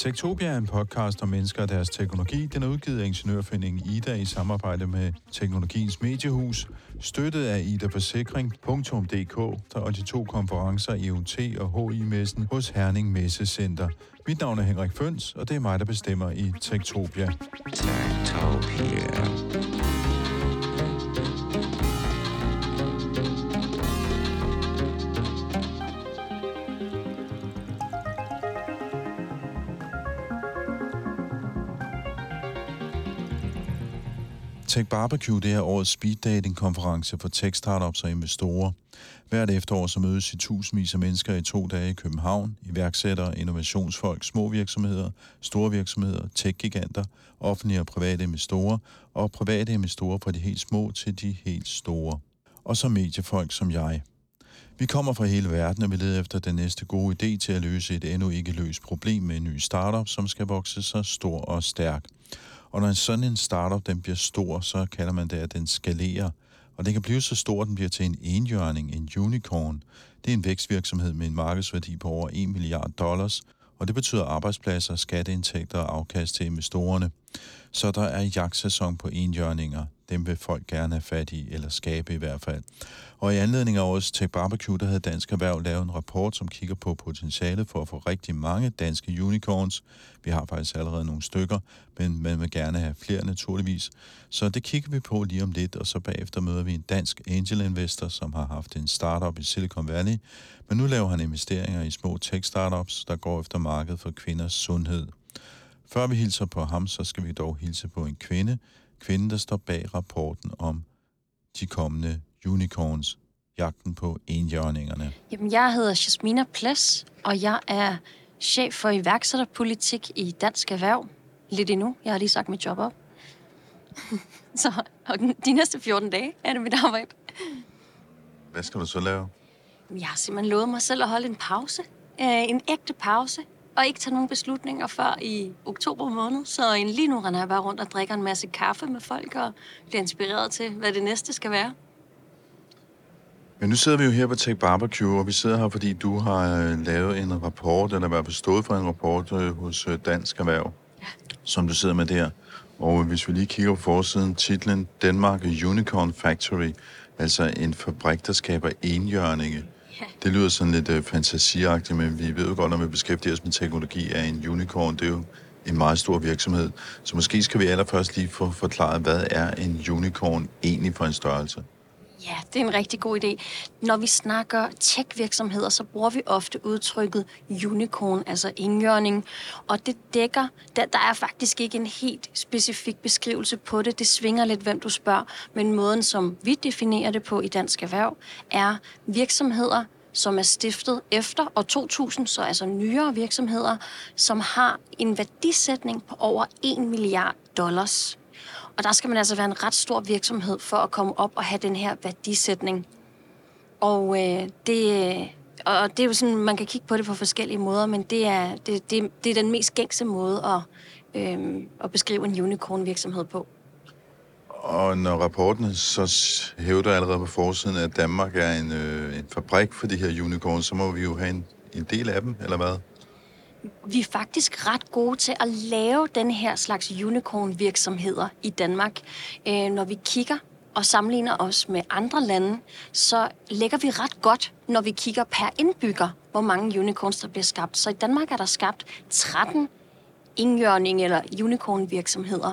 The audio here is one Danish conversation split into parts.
Techtopia er en podcast om mennesker og deres teknologi. Den er udgivet af Ingeniørforeningen Ida i samarbejde med Teknologiens Mediehus, støttet af Ida Forsikring.dk og de 2 konferencer EUT og HI-messen hos Herning Messecenter. Mit navn er Henrik Føns, og det er mig, der bestemmer i Techtopia. Tech Barbecue, det er årets speeddating-konference for tech-startups og investorer. Hvert efterår så mødes i tusindvis af mennesker i 2 dage i København, iværksættere, innovationsfolk, små virksomheder, store virksomheder, tech-giganter, offentlige og private investorer, og private investorer fra de helt små til de helt store. Og så mediefolk som jeg. Vi kommer fra hele verden, og vi leder efter den næste gode idé til at løse et endnu ikke løst problem med en ny startup, som skal vokse sig stor og stærk. Og når sådan en startup den bliver stor, så kalder man det, at den skalerer. Og det kan blive så stor, at den bliver til en enhjørning, en unicorn. Det er en vækstvirksomhed med en markedsværdi på over $1 milliard, og det betyder arbejdspladser, skatteindtægter og afkast til investorerne. Så der er jagtsæson på enhjørninger. Dem vil folk gerne have fat i, eller skabe i hvert fald. Og i anledning af årets Tech Barbecue, der havde Dansk Erhverv lavet en rapport, som kigger på potentialet for at få rigtig mange danske unicorns. Vi har faktisk allerede nogle stykker, men man vil gerne have flere naturligvis. Så det kigger vi på lige om lidt, og så bagefter møder vi en dansk angel investor, som har haft en startup i Silicon Valley. Men nu laver han investeringer i små tech-startups, der går efter markedet for kvinders sundhed. Før vi hilser på ham, så skal vi dog hilse på en kvinde. Kvinden, der står bag rapporten om de kommende unicorns, jagten på enhjørningerne. Jamen, jeg hedder Jasmina Ples, og jeg er chef for iværksætterpolitik i Dansk Erhverv. Lidt endnu. Jeg har lige sagt mit job op. Så de næste 14 dage er det mit arbejde. Hvad skal du så lave? Jeg har simpelthen lovet mig selv at holde en pause. En ægte pause. Og ikke tage nogen beslutninger før i oktober måned. Så lige nu render jeg bare rundt og drikker en masse kaffe med folk og bliver inspireret til, hvad det næste skal være. Men nu sidder vi jo her på Tech Barbecue, og vi sidder her, fordi du har lavet en rapport, eller i hvert fald stået for en rapport hos Dansk Erhverv, som du sidder med der. Og hvis vi lige kigger på forsiden, titlen Denmark Unicorn Factory, altså en fabrik, der skaber enhjørninge. Det lyder sådan lidt fantasiagtigt, men vi ved jo godt, når vi beskæftiger os med teknologi, er en unicorn, det er jo en meget stor virksomhed. Så måske skal vi allerførst lige få forklaret, hvad er en unicorn egentlig for en størrelse? Ja, det er en rigtig god idé. Når vi snakker tech-virksomheder, så bruger vi ofte udtrykket unicorn, altså enhjørning. Og det dækker, der er faktisk ikke en helt specifik beskrivelse på det. Det svinger lidt, hvem du spørger. Men måden, som vi definerer det på i Dansk Erhverv, er virksomheder, som er stiftet efter år 2000, så altså nyere virksomheder, som har en værdisætning på over $1 milliard. Og der skal man altså være en ret stor virksomhed for at komme op og have den her værdisætning. Og det er jo sådan, man kan kigge på det på forskellige måder, men det er den mest gængse måde at beskrive en unicorn-virksomhed på. Og når rapporten så hævder allerede på forsiden, at Danmark er en fabrik for de her unicorns, så må vi jo have en del af dem, eller hvad? Vi er faktisk ret gode til at lave den her slags unicorn-virksomheder i Danmark. Når vi kigger og sammenligner os med andre lande, så ligger vi ret godt, når vi kigger per indbygger, hvor mange unicorns der bliver skabt. Så i Danmark er der skabt 13 enhjørning- eller unicorn-virksomheder.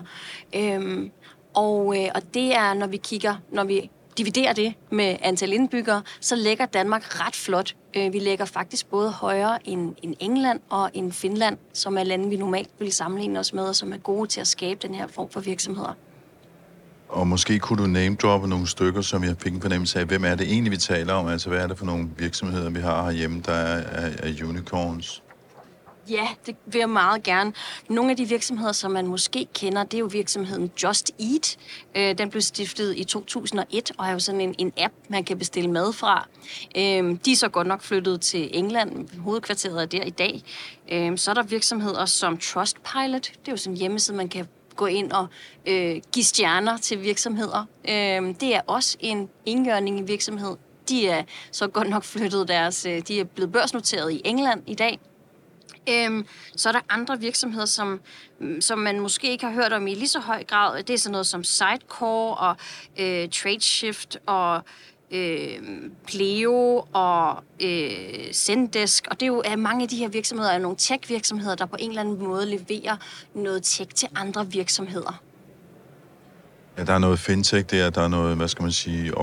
Og det er, når vi dividerer det med antal indbyggere, så ligger Danmark ret flot. Vi ligger faktisk både højere end England og end Finland, som er lande, vi normalt vil sammenligne os med, og som er gode til at skabe den her form for virksomheder. Og måske kunne du name-droppe nogle stykker, som jeg fik en fornemmelse af, hvem er det egentlig, vi taler om? Altså, hvad er det for nogle virksomheder, vi har herhjemme, der er unicorns? Ja, det vil jeg meget gerne. Nogle af de virksomheder, som man måske kender, det er jo virksomheden Just Eat. Den blev stiftet i 2001 og er jo sådan en app, man kan bestille mad fra. De er så godt nok flyttet til England. Hovedkvarteret er der i dag. Så er der virksomheder som Trustpilot. Det er jo sådan en hjemmeside, man kan gå ind og give stjerner til virksomheder. Det er også en enhjørning i virksomhed. De er så godt nok flyttet de er blevet børsnoteret i England i dag. Så er der andre virksomheder, som man måske ikke har hørt om i lige så høj grad. Det er sådan noget som Sitecore og Tradeshift og Pleo og Zendesk. Og det er jo mange af de her virksomheder er nogle tech-virksomheder, der på en eller anden måde leverer noget tech til andre virksomheder. Ja, der er noget fintech der er noget, hvad skal man sige,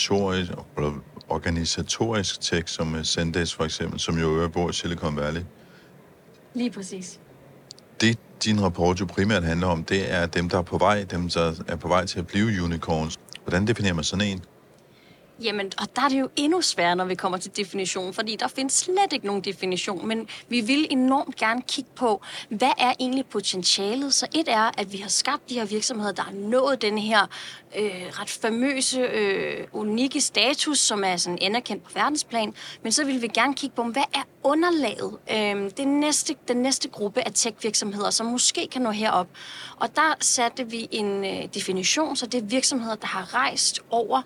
organisatorisk tech, som Zendesk for eksempel, som jo bor i Silicon Valley. Lige præcis. Det, din rapport jo primært handler om, det er dem, der er på vej til at blive unicorns. Hvordan definerer man sådan en? Jamen, og der er det jo endnu sværere, når vi kommer til definition, fordi der findes slet ikke nogen definition, men vi vil enormt gerne kigge på, hvad er egentlig potentialet? Så et er, at vi har skabt de her virksomheder, der har nået den her ret famøse, unikke status, som er sådan anerkendt på verdensplan, men så vil vi gerne kigge på, hvad er underlaget? Den næste gruppe af tech-virksomheder, som måske kan nå herop. Og der satte vi en definition, så det er virksomheder, der har rejst over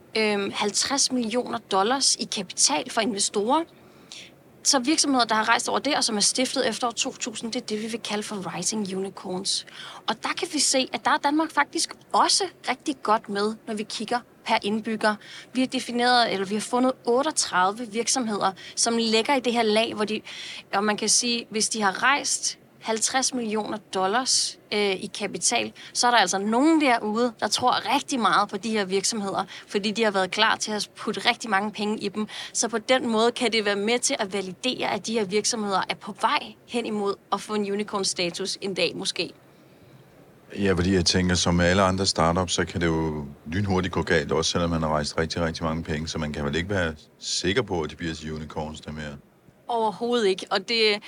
$50 millioner i kapital for investorer. Så virksomheder, der har rejst over det, og som er stiftet efter år 2000, det er det, vi vil kalde for Rising Unicorns. Og der kan vi se, at der er Danmark faktisk også rigtig godt med, når vi kigger per indbygger. Vi har fundet 38 virksomheder, som ligger i det her lag, hvor og man kan sige, hvis de har rejst $50 millioner i kapital, så er der altså nogen derude, der tror rigtig meget på de her virksomheder, fordi de har været klar til at putte rigtig mange penge i dem. Så på den måde kan det være med til at validere, at de her virksomheder er på vej hen imod at få en unicorn-status en dag måske. Ja, fordi jeg tænker, som med alle andre startups, så kan det jo lynhurtigt gå galt, også selvom man har rejst rigtig, rigtig mange penge, så man kan vel ikke være sikker på, at de bliver til unicorns der mere. Overhovedet ikke, og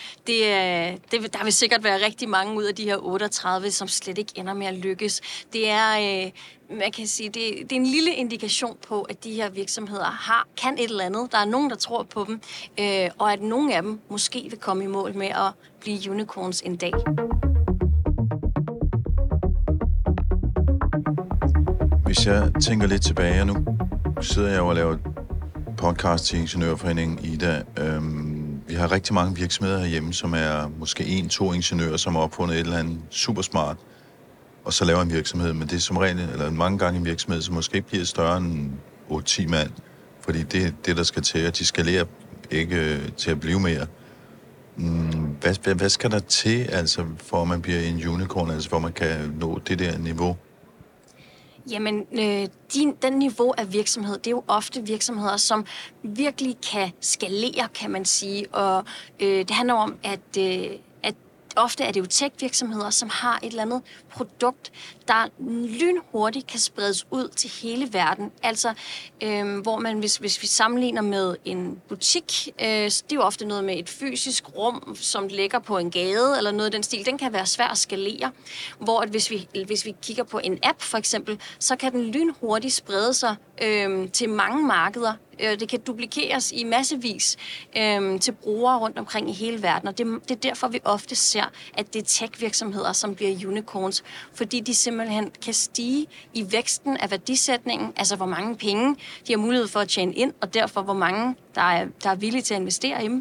der vil sikkert være rigtig mange ud af de her 38, som slet ikke ender med at lykkes. Det er, man kan sige, det er en lille indikation på, at de her virksomheder kan et eller andet. Der er nogen, der tror på dem, og at nogle af dem måske vil komme i mål med at blive unicorns en dag. Hvis jeg tænker lidt tilbage, nu sidder jeg jo og laver podcast til Ingeniørforeningen Ida. Vi har rigtig mange virksomheder herhjemme, som er måske 1-2 ingeniører, som har opfundet et eller andet supersmart, og så laver en virksomhed. Men det er som regel, eller mange gange en virksomhed, som måske bliver større end 8-10 mand, fordi det er det, der skal til, at de skalerer ikke til at blive mere. Hvad skal der til, altså, for at man bliver en unicorn, altså for at man kan nå det der niveau? Jamen, den niveau af virksomhed, det er jo ofte virksomheder, som virkelig kan skalere, kan man sige. Og det handler om, at ofte er det jo tech-virksomheder, som har et eller andet produkt, der lynhurtigt kan spredes ud til hele verden. Altså, hvor man, hvis vi sammenligner med en butik, det er jo ofte noget med et fysisk rum, som ligger på en gade, eller noget af den stil. Den kan være svær at skalere. Hvor at hvis vi kigger på en app, for eksempel, så kan den lynhurtigt sprede sig til mange markeder. Det kan duplikeres i massevis til brugere rundt omkring i hele verden, og det er derfor, vi ofte ser, at det er tech-virksomheder, som bliver unicorns, fordi de simpelthen kan stige i væksten af værdisætningen, altså hvor mange penge de har mulighed for at tjene ind, og derfor hvor mange, der er villige til at investere i dem.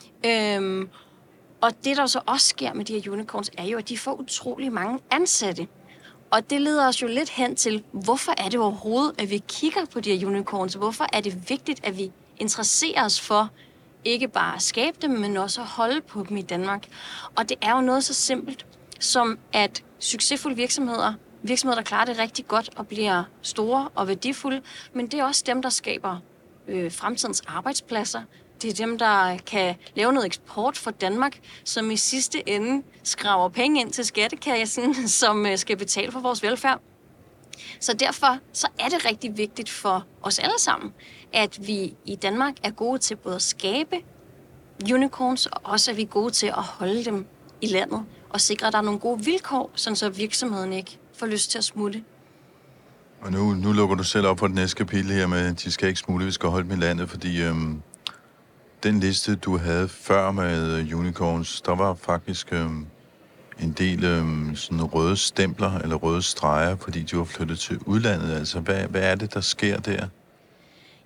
Og det, der så også sker med de her unicorns, er jo, at de får utrolig mange ansatte. Og det leder os jo lidt hen til, hvorfor er det overhovedet, at vi kigger på de her unicorns? Hvorfor er det vigtigt, at vi interesserer os for ikke bare at skabe dem, men også at holde på dem i Danmark? Og det er jo noget så simpelt, som at succesfulde virksomheder, der klarer det rigtig godt og bliver store og værdifulde, men det er også dem, der skaber fremtidens arbejdspladser. Det er dem, der kan lave noget eksport for Danmark, som i sidste ende skraver penge ind til skattekassen, som skal betale for vores velfærd. Så derfor så er det rigtig vigtigt for os alle sammen, at vi i Danmark er gode til både at skabe unicorns, og også at vi er gode til at holde dem i landet og sikre, at der er nogle gode vilkår, sådan så virksomheden ikke får lyst til at smutte. Og nu lukker du selv op på den næste kapitel her med, at de skal ikke smutte, vi skal holde dem i landet, fordi den liste, du havde før med unicorns, der var faktisk en del sådan røde stempler eller røde streger, fordi de var flyttet til udlandet. Altså, hvad er det, der sker der?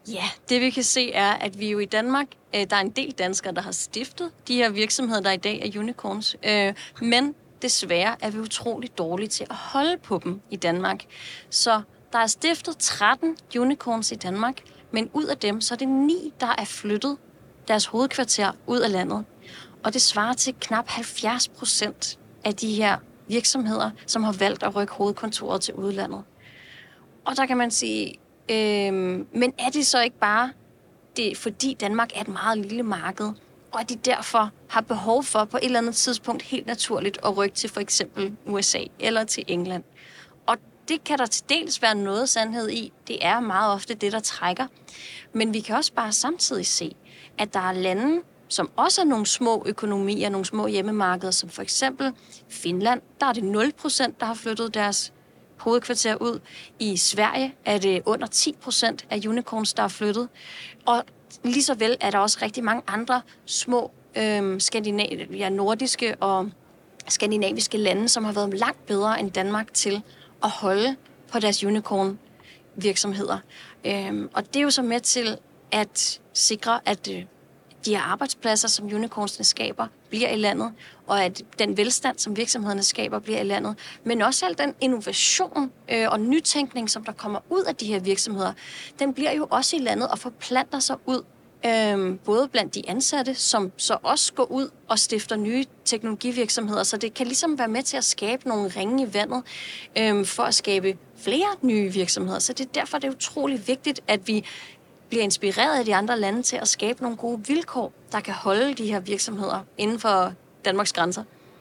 Ja, det vi kan se er, at vi jo i Danmark, der er en del danskere, der har stiftet de her virksomheder, der i dag er unicorns. Men desværre er vi utrolig dårlige til at holde på dem i Danmark. Så der er stiftet 13 unicorns i Danmark, men ud af dem, så er det 9, der er flyttet deres hovedkvarter ud af landet. Og det svarer til knap 70% af de her virksomheder, som har valgt at rykke hovedkontoret til udlandet. Og der kan man sige, men er det så ikke bare det, fordi Danmark er et meget lille marked, og at de derfor har behov for på et eller andet tidspunkt helt naturligt at rykke til for eksempel USA eller til England? Og det kan der til dels være noget sandhed i. Det er meget ofte det, der trækker. Men vi kan også bare samtidig se, at der er lande, som også er nogle små økonomier, nogle små hjemmemarkeder, som for eksempel Finland. Der er det 0%, der har flyttet deres hovedkvarter ud. I Sverige er det under 10% af unicorns, der er flyttet. Og lige så vel er der også rigtig mange andre små nordiske og skandinaviske lande, som har været langt bedre end Danmark til at holde på deres unicorn-virksomheder. Og det er jo så med til at sikre, at de her arbejdspladser, som unicornsene skaber, bliver i landet, og at den velstand, som virksomhederne skaber, bliver i landet. Men også al den innovation og nytænkning, som der kommer ud af de her virksomheder, den bliver jo også i landet og forplanter sig ud, både blandt de ansatte, som så også går ud og stifter nye teknologivirksomheder. Så det kan ligesom være med til at skabe nogle ringe i vandet, for at skabe flere nye virksomheder. Så det er derfor, det er utrolig vigtigt, at vi bliver inspireret af de andre lande til at skabe nogle gode vilkår, der kan holde de her virksomheder inden for Danmarks grænser.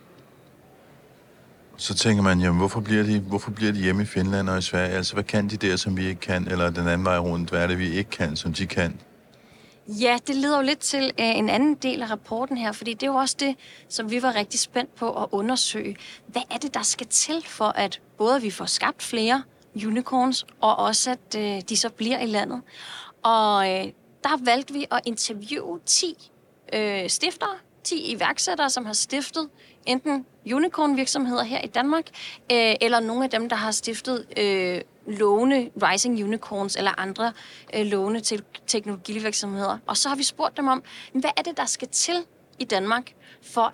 Så tænker man, jamen, hvorfor bliver de hjemme i Finland og i Sverige? Altså, hvad kan de der, som vi ikke kan? Eller den anden vej rundt, hvad er det, vi ikke kan, som de kan? Ja, det leder jo lidt til en anden del af rapporten her, fordi det er jo også det, som vi var rigtig spændt på at undersøge. Hvad er det, der skal til for, at både vi får skabt flere unicorns, og også at de så bliver i landet? Og der valgte vi at interviewe 10 stiftere, 10 iværksættere, som har stiftet enten unicorn-virksomheder her i Danmark, eller nogle af dem, der har stiftet lovende Rising Unicorns eller andre lovende teknologivirksomheder. Og så har vi spurgt dem om, hvad er det, der skal til i Danmark, for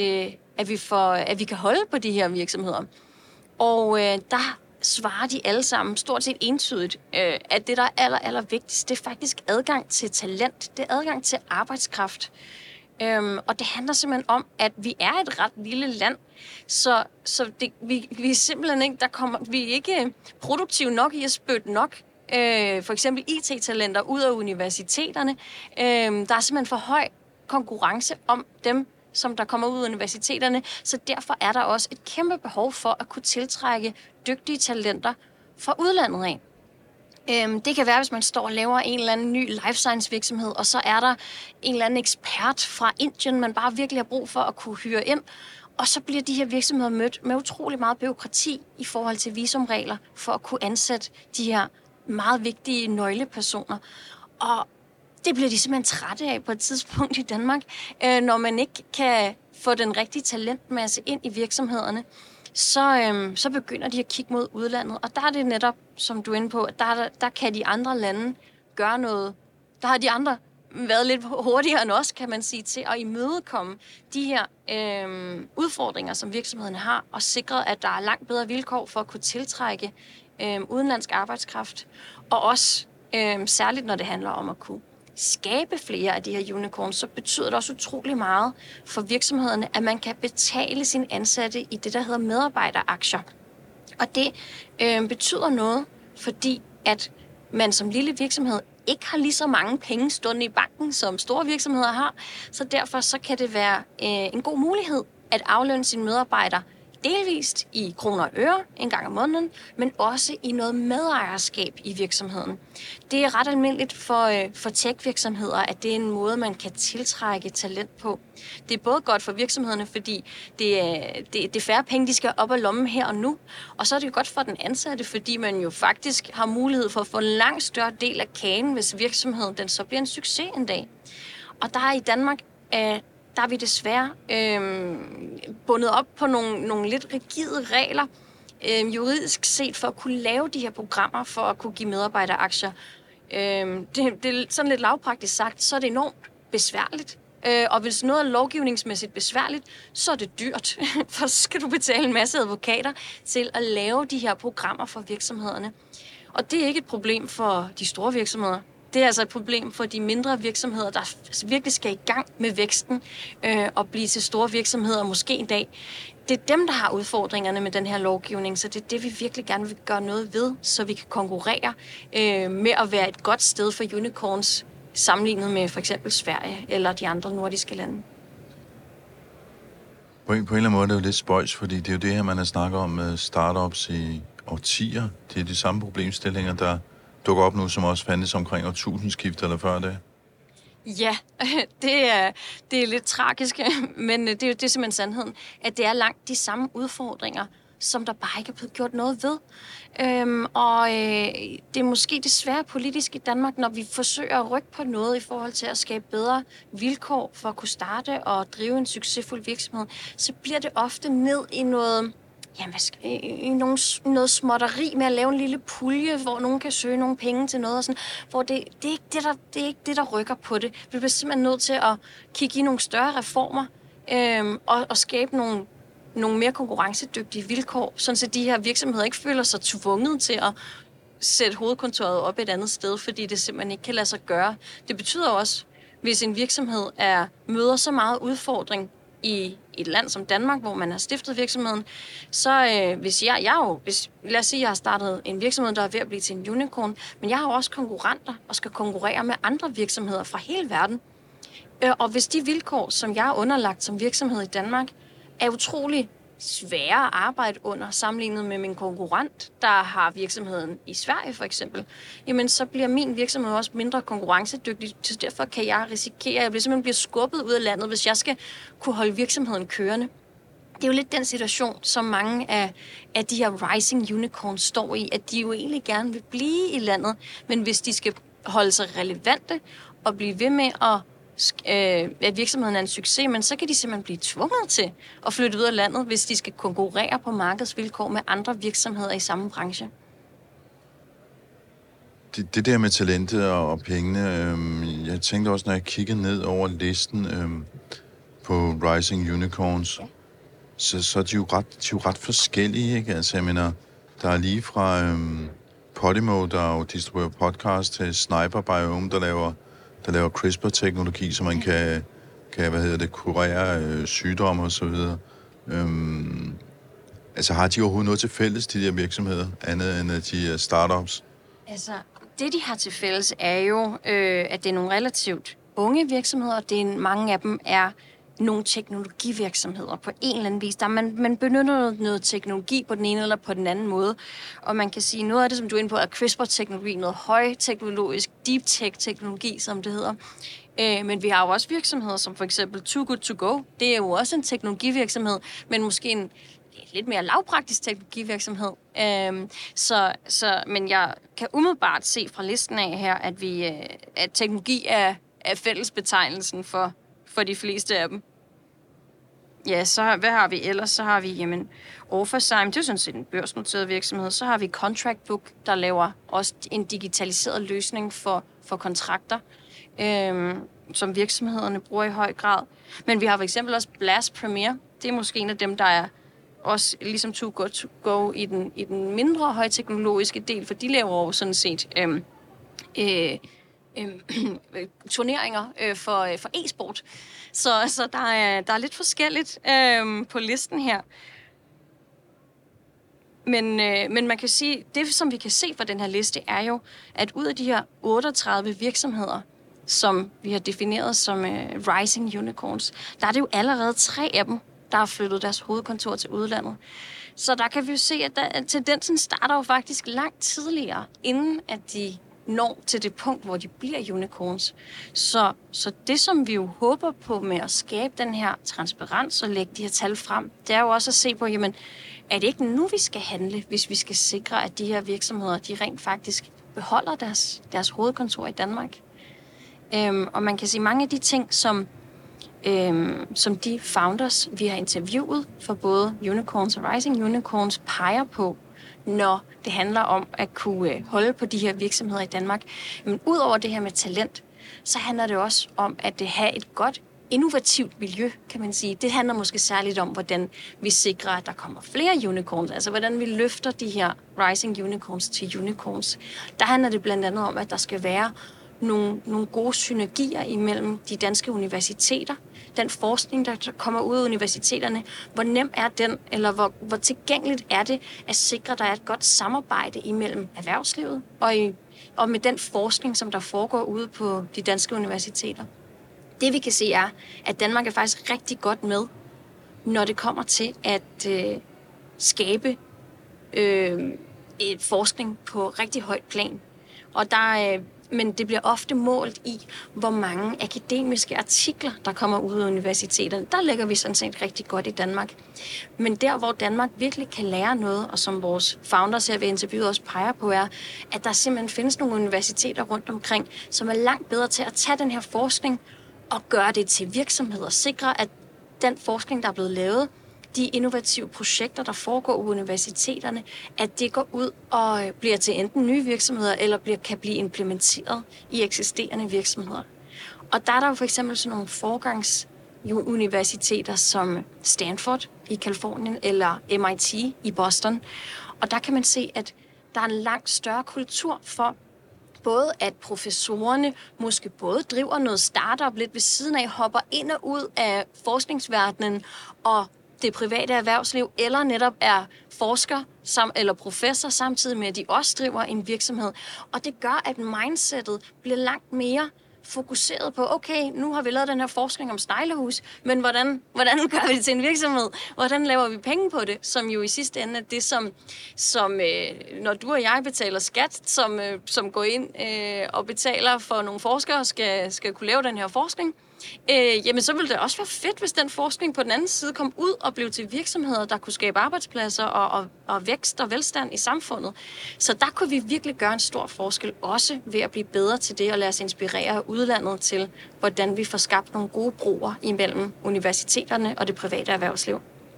at vi kan holde på de her virksomheder. Og der svarer de alle sammen stort set entydigt, at det, der er aller vigtigst, det er faktisk adgang til talent. Det er adgang til arbejdskraft. Og det handler simpelthen om, at vi er et ret lille land, så vi er simpelthen ikke, vi er ikke produktive nok i at spytte nok for eksempel IT-talenter ud af universiteterne. Der er simpelthen for høj konkurrence om dem, som der kommer ud af universiteterne, så derfor er der også et kæmpe behov for at kunne tiltrække dygtige talenter fra udlandet af. Det kan være, hvis man står og laver en eller anden ny life science virksomhed, og så er der en eller anden ekspert fra Indien, man bare virkelig har brug for at kunne hyre ind. Og så bliver de her virksomheder mødt med utrolig meget bureaukrati i forhold til visumregler for at kunne ansætte de her meget vigtige nøglepersoner. Og det bliver de simpelthen trætte af på et tidspunkt i Danmark, når man ikke kan få den rigtige talentmasse ind i virksomhederne. Så begynder de at kigge mod udlandet. Og der er det netop, som du er inde på, at der kan de andre lande gøre noget. Der har de andre været lidt hurtigere end os, kan man sige, til at imødekomme de her udfordringer, som virksomhederne har, og sikre, at der er langt bedre vilkår for at kunne tiltrække udenlandsk arbejdskraft. Og også særligt, når det handler om at kunne skabe flere af de her unicorns, så betyder det også utrolig meget for virksomhederne, at man kan betale sine ansatte i det, der hedder medarbejderaktier. Og det betyder noget, fordi at man som lille virksomhed ikke har lige så mange penge stående i banken, som store virksomheder har. Så derfor så kan det være en god mulighed at aflønne sine medarbejdere delvist i kroner og øre en gang om måneden, men også i noget medejerskab i virksomheden. Det er ret almindeligt for tech-virksomheder, at det er en måde, man kan tiltrække talent på. Det er både godt for virksomhederne, fordi det er færre penge, de skal op og lomme her og nu, og så er det jo godt for den ansatte, fordi man jo faktisk har mulighed for at få en langt større del af kagen, hvis virksomheden den så bliver en succes en dag. Og der er i Danmark der er vi desværre bundet op på nogle lidt rigide regler, juridisk set, for at kunne lave de her programmer, for at kunne give medarbejderaktier. Det er sådan lidt lavpraktisk sagt, så er det enormt besværligt. Og hvis noget er lovgivningsmæssigt besværligt, så er det dyrt. For så skal du betale en masse advokater til at lave de her programmer for virksomhederne. Og det er ikke et problem for de store virksomheder. Det er altså et problem for de mindre virksomheder, der virkelig skal i gang med væksten og blive til store virksomheder måske en dag. Det er dem, der har udfordringerne med den her lovgivning, så det er det, vi virkelig gerne vil gøre noget ved, så vi kan konkurrere med at være et godt sted for unicorns, sammenlignet med for eksempel Sverige eller de andre nordiske lande. På en eller anden måde er det jo lidt spøjs, fordi det er jo det her, man har snakket om med startups i årtier. Det er de samme problemstillinger, der dukker op nu, som også fandtes omkring årtusindskiftet eller før det. Ja, det er lidt tragisk, men det er simpelthen sandheden, at det er langt de samme udfordringer, som der bare ikke er blevet gjort noget ved. Det er måske desværre politisk i Danmark, når vi forsøger at rykke på noget i forhold til at skabe bedre vilkår for at kunne starte og drive en succesfuld virksomhed, så bliver det ofte ned i noget... noget småtteri med at lave en lille pulje, hvor nogen kan søge nogle penge til noget, og sådan, hvor det er ikke det, der rykker på det. Vi bliver simpelthen nødt til at kigge i nogle større reformer og skabe nogle mere konkurrencedygtige vilkår, sådan så de her virksomheder ikke føler sig tvunget til at sætte hovedkontoret op et andet sted, fordi det simpelthen ikke kan lade sig gøre. Det betyder også, hvis en virksomhed møder så meget udfordring i et land som Danmark, hvor man har stiftet virksomheden, så lad os sige, jeg har startet en virksomhed, der er ved at blive til en unicorn, men jeg har også konkurrenter og skal konkurrere med andre virksomheder fra hele verden. Og hvis de vilkår, som jeg er underlagt som virksomhed i Danmark, er utrolig svære at arbejde under, sammenlignet med min konkurrent, der har virksomheden i Sverige for eksempel, jamen så bliver min virksomhed også mindre konkurrencedygtig, så derfor kan jeg risikere, at jeg simpelthen bliver skubbet ud af landet, hvis jeg skal kunne holde virksomheden kørende. Det er jo lidt den situation, som mange af de her rising unicorns står i, at de jo egentlig gerne vil blive i landet, men hvis de skal holde sig relevante og blive ved med at virksomheden er en succes, men så kan de simpelthen blive tvunget til at flytte ud af landet, hvis de skal konkurrere på markedsvilkår med andre virksomheder i samme branche. Det der med talentet og pengene, jeg tænkte også, når jeg kiggede ned over listen på Rising Unicorns, så er de jo ret forskellige, ikke? Altså, jeg mener, der er lige fra Podimo, der jo distribuerer podcast, til Sniper Biome, der laver CRISPR-teknologi, så man kan kurere sygdomme og så videre. Altså, har de overhovedet noget til fælles, de der virksomheder, andet end de startups? Altså, det de har til fælles er jo, at det er nogle relativt unge virksomheder, og mange af dem er nogle teknologivirksomheder på en eller anden vis. Der man benytter noget teknologi på den ene eller på den anden måde. Og man kan sige, noget af det, som du er inde på, er CRISPR-teknologi, noget højteknologisk, deep tech-teknologi, som det hedder. Men vi har jo også virksomheder, som for eksempel Too Good To Go. Det er jo også en teknologivirksomhed, men måske en lidt mere lavpraktisk teknologivirksomhed. Men jeg kan umiddelbart se fra listen af her, at teknologi er fællesbetegnelsen for de fleste af dem. Ja, så hvad har vi ellers? Så har vi, Orphazyme, det er sådan set en børsnoteret virksomhed. Så har vi Contract Book, der laver også en digitaliseret løsning for kontrakter, som virksomhederne bruger i høj grad. Men vi har for eksempel også Blast Premier. Det er måske en af dem, der er også ligesom Too Good To Go i den mindre højteknologiske del, for de laver jo sådan set turneringer for e-sport. Så der er lidt forskelligt på listen her. Men man kan sige, det som vi kan se fra den her liste er jo, at ud af de her 38 virksomheder, som vi har defineret som rising unicorns, der er det jo allerede 3 af dem, der har flyttet deres hovedkontor til udlandet. Så der kan vi jo se, at tendensen starter jo faktisk langt tidligere, inden at de når til det punkt, hvor de bliver unicorns. Så det, som vi jo håber på med at skabe den her transparens og lægge de her tal frem, det er jo også at se på, jamen, er det ikke nu, vi skal handle, hvis vi skal sikre, at de her virksomheder, de rent faktisk beholder deres hovedkontor i Danmark? Og man kan sige, mange af de ting, som de founders, vi har interviewet for både unicorns og rising unicorns, peger på, når det handler om at kunne holde på de her virksomheder i Danmark. Men udover det her med talent, så handler det også om at have et godt innovativt miljø, kan man sige. Det handler måske særligt om, hvordan vi sikrer, at der kommer flere unicorns, altså hvordan vi løfter de her rising unicorns til unicorns. Der handler det blandt andet om, at der skal være nogle gode synergier imellem de danske universiteter. Den forskning, der kommer ud af universiteterne, hvor nem er den, eller hvor tilgængeligt er det at sikre, at der er et godt samarbejde imellem erhvervslivet og med den forskning, som der foregår ude på de danske universiteter. Det vi kan se er, at Danmark er faktisk rigtig godt med, når det kommer til at skabe et forskning på rigtig højt plan. Og men det bliver ofte målt i, hvor mange akademiske artikler, der kommer ud af universiteterne. Der ligger vi sådan set rigtig godt i Danmark. Men der, hvor Danmark virkelig kan lære noget, og som vores founders her ved interviewet også peger på, er, at der simpelthen findes nogle universiteter rundt omkring, som er langt bedre til at tage den her forskning og gøre det til virksomheder. Sikre, at den forskning, der er blevet lavet, de innovative projekter, der foregår på universiteterne, at det går ud og bliver til enten nye virksomheder, eller kan blive implementeret i eksisterende virksomheder. Og der er der jo for eksempel sådan nogle forgangsuniversiteter som Stanford i Californien, eller MIT i Boston. Og der kan man se, at der er en langt større kultur for, både at professorerne måske både driver noget startup lidt ved siden af, hopper ind og ud af forskningsverdenen og det private erhvervsliv, eller netop er forsker eller professor, samtidig med, at de også driver en virksomhed. Og det gør, at mindsetet bliver langt mere fokuseret på, okay, nu har vi lavet den her forskning om sneglehus, men hvordan gør vi det til en virksomhed? Hvordan laver vi penge på det? Som jo i sidste ende er det, som når du og jeg betaler skat, som går ind og betaler for nogle forskere, skal kunne lave den her forskning, jamen så ville det også være fedt, hvis den forskning på den anden side kom ud og blev til virksomheder, der kunne skabe arbejdspladser og vækst og velstand i samfundet. Så der kunne vi virkelig gøre en stor forskel, også ved at blive bedre til det og lade os inspirere af udlandet til, hvordan vi får skabt nogle gode broer imellem universiteterne og det private erhvervsliv.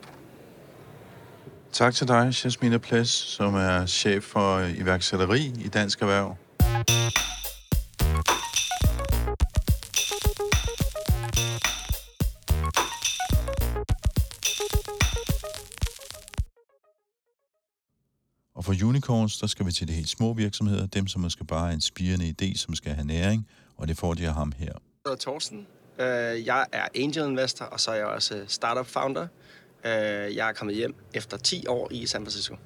Tak til dig, Jasmine Ples, som er chef for iværksætteri i Dansk Erhverv. Og for unicorns, der skal vi til de helt små virksomheder, dem som måske bare er en spirende idé, som skal have næring, og det får de af ham her. Jeg hedder Thorsten. Jeg er angel investor, og så er jeg også startup founder. Jeg er kommet hjem efter 10 år i San Francisco.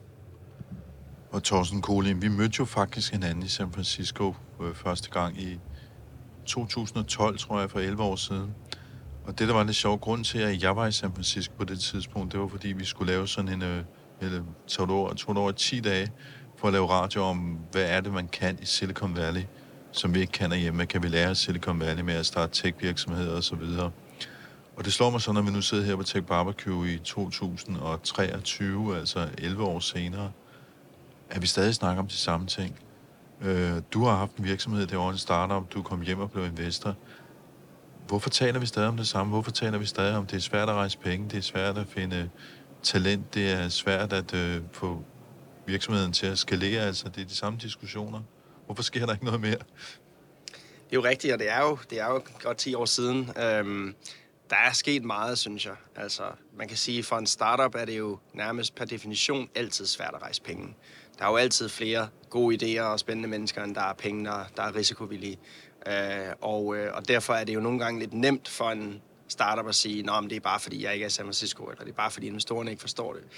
Og Thorsten Kolin, vi mødte jo faktisk hinanden i San Francisco første gang i 2012, tror jeg, for 11 år siden. Og det, der var lidt sjovt, grund til, at jeg var i San Francisco på det tidspunkt, det var, fordi vi skulle lave sådan en tog det over 10 dage for at lave radio om, hvad er det, man kan i Silicon Valley, som vi ikke kan herhjemme. Kan vi lære Silicon Valley med at starte tech-virksomheder og så videre. Og det slår mig så, når vi nu sidder her på Tech Barbecue i 2023, altså 11 år senere, at vi stadig snakker om de samme ting. Du har haft en virksomhed derovre, en startup, du kom hjem og blev investor. Hvorfor taler vi stadig om det samme? Hvorfor taler vi stadig om, det er svært at rejse penge, det er svært at finde talent, det er svært at få virksomheden til at skalere, altså det er de samme diskussioner. Hvorfor sker der ikke noget mere? Det er jo rigtigt, og det er jo godt 10 år siden. Der er sket meget, synes jeg. Altså, man kan sige, at for en startup er det jo nærmest per definition altid svært at rejse penge. Der er jo altid flere gode idéer og spændende mennesker, end der er penge, der er risikovillige. Og derfor er det jo nogle gange lidt nemt for en startup at sige, at det er bare fordi, jeg ikke er i San Francisco, eller det er bare fordi investorerne ikke forstår det.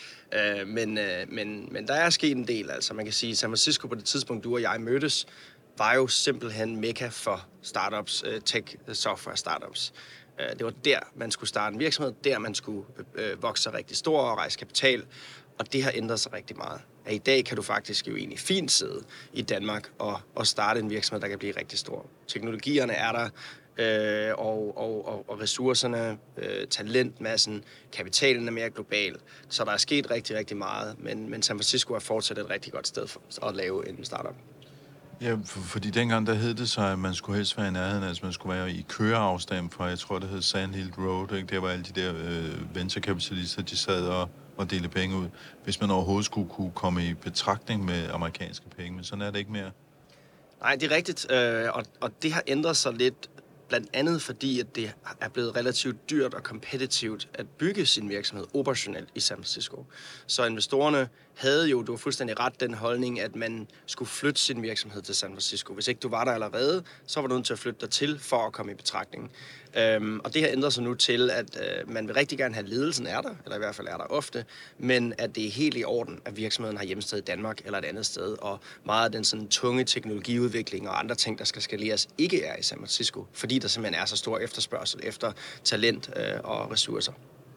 Men der er sket en del. Altså, man kan sige, at San Francisco på det tidspunkt, du og jeg mødtes, var jo simpelthen mekka for startups, tech software startups. Det var der, man skulle starte en virksomhed, der man skulle vokse sig rigtig stor og rejse kapital, og det har ændret sig rigtig meget. At i dag kan du faktisk jo egentlig fint sidde i Danmark og starte en virksomhed, der kan blive rigtig stor. Teknologierne er der, og ressourcerne, talentmassen, kapitalen er mere global. Så der er sket rigtig, rigtig meget, men San Francisco er fortsat et rigtig godt sted for at lave en startup. Ja, fordi dengang der hed det sig, at man skulle helst være i nærheden, altså man skulle være i køreafstand fra, jeg tror det hed Sand Hill Road, ikke? Der var alle de der venturekapitalister, de sad og at dele penge ud, hvis man overhovedet skulle kunne komme i betragtning med amerikanske penge, men sådan er det ikke mere. Nej, det er rigtigt, og det har ændret sig lidt, blandt andet fordi, at det er blevet relativt dyrt og kompetitivt at bygge sin virksomhed operationelt i San Francisco. Så investorerne havde jo, du har fuldstændig ret, den holdning, at man skulle flytte sin virksomhed til San Francisco. Hvis ikke du var der allerede, så var du nødt til at flytte dig til for at komme i betragtning. Og det har ændret sig nu til, at man vil rigtig gerne have, at ledelsen er der, eller i hvert fald er der ofte, men at det er helt i orden, at virksomheden har hjemsted i Danmark eller et andet sted, og meget af den sådan tunge teknologiudvikling og andre ting, der skal skaleres, ikke er i San Francisco, fordi der simpelthen er så stor efterspørgsel efter talent og ressourcer.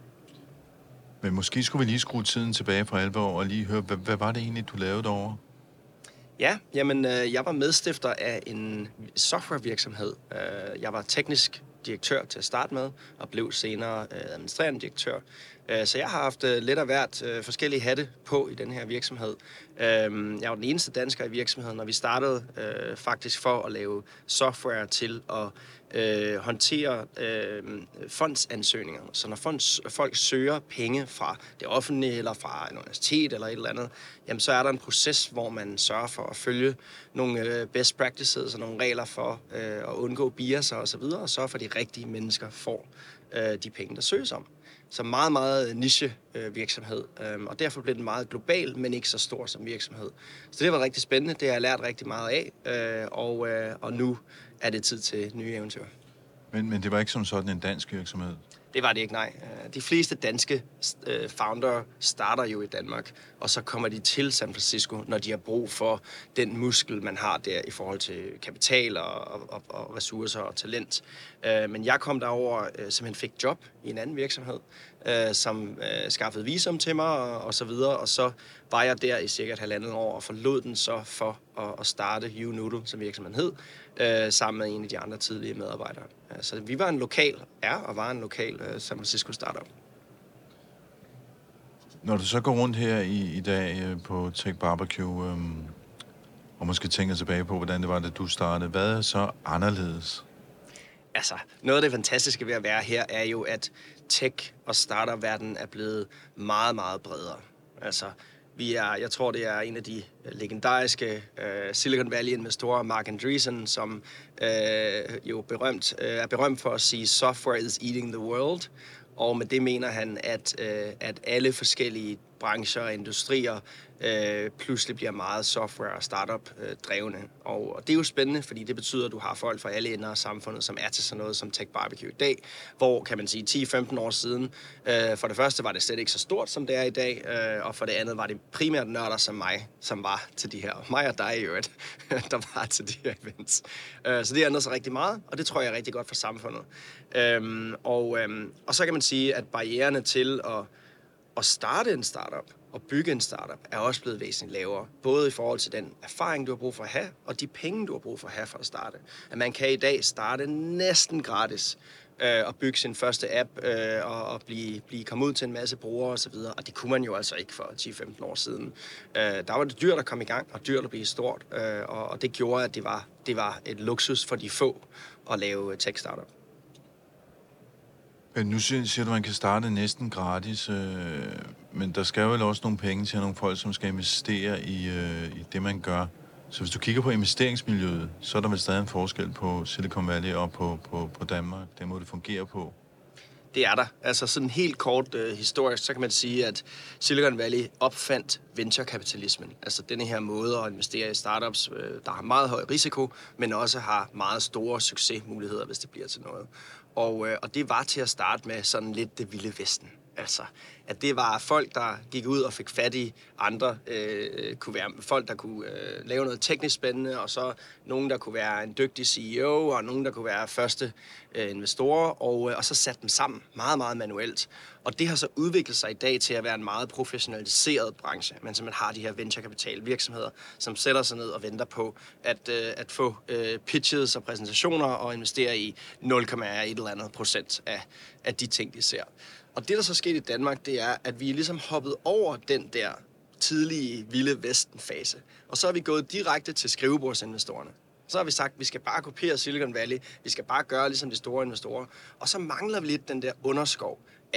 Men måske skulle vi lige skrue tiden tilbage for 11 år og lige høre, hvad var det egentlig, du lavede derovre? Ja, jamen, jeg var medstifter af en softwarevirksomhed. Jeg var teknisk direktør til at starte med, og blev senere administrerende direktør. Så jeg har haft lidt af hvert forskellige hatte på i den her virksomhed. Jeg var den eneste dansker i virksomheden, og vi startede faktisk for at lave software til at håndtere fondsansøgninger. Så når folk søger penge fra det offentlige, eller fra en universitet, eller et eller andet, jamen så er der en proces, hvor man sørger for at følge nogle best practices og nogle regler for at undgå biaser osv., og sørge for, at de rigtige mennesker får de penge, der søges om. Så meget, meget niche virksomhed, og derfor blev den meget global, men ikke så stor som virksomhed. Så det var rigtig spændende, det har jeg lært rigtig meget af, og nu er det tid til nye eventyr. Men det var ikke som sådan en dansk virksomhed? Det var det ikke, nej. De fleste danske founder starter jo i Danmark, og så kommer de til San Francisco, når de har brug for den muskel, man har der i forhold til kapital og ressourcer og talent. Men jeg kom derover, simpelthen fik job i en anden virksomhed, som skaffede visum til mig og så videre, og så var jeg der i cirka 1,5 år og forlod den så for at starte YouNoodle, som virksomheden hed, sammen med en af de andre tidlige medarbejdere. Så vi var en lokal San Francisco startup. Når du så går rundt her i dag på Tech Barbecue, og måske tænker tilbage på, hvordan det var, da du startede, hvad er så anderledes? Altså, noget af det fantastiske ved at være her er jo, at tech- og startup-verdenen er blevet meget, meget bredere. Altså, jeg tror, det er en af de legendariske Silicon Valley-investorer, Marc Andreessen, som jo er berømt for at sige, software is eating the world. Og med det mener han, at alle forskellige brancher og industrier pludselig bliver meget software- og startup-drevne. Og det er jo spændende, fordi det betyder, at du har folk fra alle ender af samfundet, som er til sådan noget som Tech Barbecue i dag, hvor, kan man sige, 10-15 år siden, for det første var det slet ikke så stort, som det er i dag, og for det andet var det primært nørder som mig, som var til de her, mig og dig i øvrigt, der var til de her events. Så det ændrer sig rigtig meget, og det tror jeg er rigtig godt for samfundet. Og så kan man sige, at barriererne til at starte en startup og bygge en startup er også blevet væsentligt lavere. Både i forhold til den erfaring, du har brug for at have, og de penge, du har brug for at have for at starte. At man kan i dag starte næsten gratis og bygge sin første app og komme ud til en masse brugere osv. Og det kunne man jo altså ikke for 10-15 år siden. Der var det dyrt at komme i gang, og dyrt at blive stort. Og det gjorde, at det var et luksus for de få at lave tech-startup. Nu siger du, at man kan starte næsten gratis, men der skal jo også nogle penge til nogle folk, som skal investere i det, man gør. Så hvis du kigger på investeringsmiljøet, så er der vel stadig en forskel på Silicon Valley og på Danmark, den måde det fungerer på. Det er der. Altså sådan helt kort historisk, så kan man sige, at Silicon Valley opfandt venturekapitalismen. Altså denne her måde at investere i startups, der har meget høj risiko, men også har meget store succesmuligheder, hvis det bliver til noget. Og det var til at starte med sådan lidt det vilde vesten. Altså, at det var folk, der gik ud og fik fat i andre, kunne være folk, der kunne lave noget teknisk spændende, og så nogen, der kunne være en dygtig CEO, og nogen, der kunne være første investorer, og så satte dem sammen meget, meget manuelt. Og det har så udviklet sig i dag til at være en meget professionaliseret branche, men som man har de her venturekapital virksomheder, som sætter sig ned og venter på at få pitches og præsentationer og investere i 0,1% af de ting, de ser. Og det, der så skete i Danmark, det er, at vi ligesom hoppet over den der tidlige vilde vesten-fase. Og så er vi gået direkte til skrivebordsinvestorerne. Så har vi sagt, at vi skal bare kopiere Silicon Valley, vi skal bare gøre ligesom de store investorer. Og så mangler vi lidt den der underskov af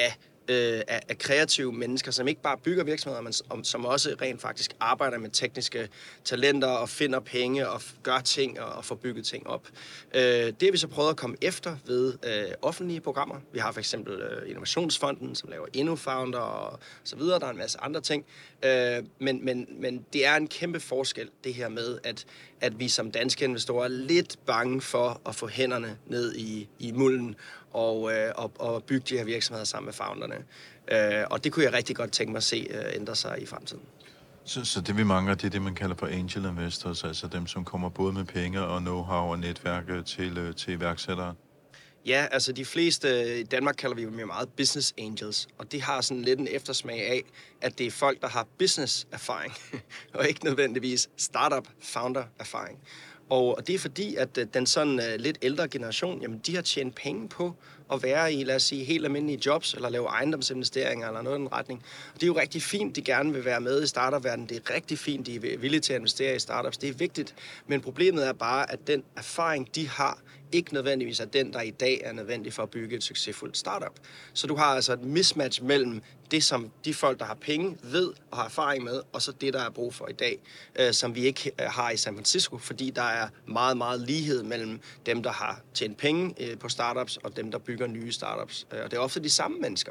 af kreative mennesker, som ikke bare bygger virksomheder, men som også rent faktisk arbejder med tekniske talenter og finder penge og gør ting og får bygget ting op. Det har vi så prøvet at komme efter ved offentlige programmer. Vi har for eksempel Innovationsfonden, som laver InnoFounder og så videre. Der er en masse andre ting. Men det er en kæmpe forskel, det her med, at vi som danske investorer er lidt bange for at få hænderne ned i mulden og bygge de her virksomheder sammen med founderne. Og det kunne jeg rigtig godt tænke mig at se ændre sig i fremtiden. Så det vi mangler, det er det, man kalder for angel investors, altså dem, som kommer både med penge og know-how og netværk til iværksættere? Ja, altså de fleste, i Danmark kalder vi dem jo meget business angels, og det har sådan lidt en eftersmag af, at det er folk, der har business-erfaring, og ikke nødvendigvis startup-founder-erfaring. Og det er fordi, at den sådan lidt ældre generation, jamen de har tjent penge på at være i, lad os sige, helt almindelige jobs, eller lave ejendomsinvesteringer, eller noget i den retning. Og det er jo rigtig fint, de gerne vil være med i startup-verdenen. Det er rigtig fint, de er villige til at investere i startups. Det er vigtigt. Men problemet er bare, at den erfaring, de har, ikke nødvendigvis er den, der i dag er nødvendig for at bygge et succesfuldt startup. Så du har altså et mismatch mellem det, som de folk, der har penge, ved og har erfaring med, og så det, der er brug for i dag, som vi ikke har i San Francisco, fordi der er meget, meget lighed mellem dem, der har tjent penge på startups, og dem, der bygger nye startups. Og det er ofte de samme mennesker.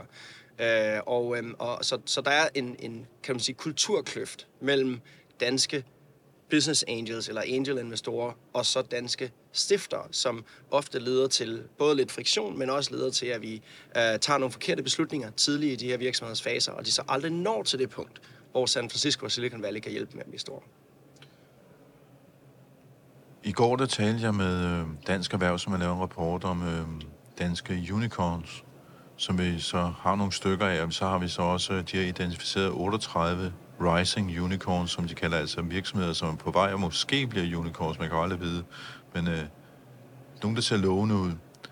Så der er en kan man sige, kulturkløft mellem danske business angels eller angel-investorer og så danske stiftere, som ofte leder til både lidt friktion, men også leder til, at vi tager nogle forkerte beslutninger tidligt i de her virksomhedsfaser, og de så aldrig når til det punkt, hvor San Francisco og Silicon Valley kan hjælpe med at blive store. I går der talte jeg med Dansk Erhverv, som har lavet en rapport om danske unicorns, som vi så har nogle stykker af, og så har vi så også, de har identificeret 38 rising unicorns, som de kalder, altså virksomheder, som er på vej og måske bliver unicorns, man kan aldrig vide, men nogen, der ser lovende ud.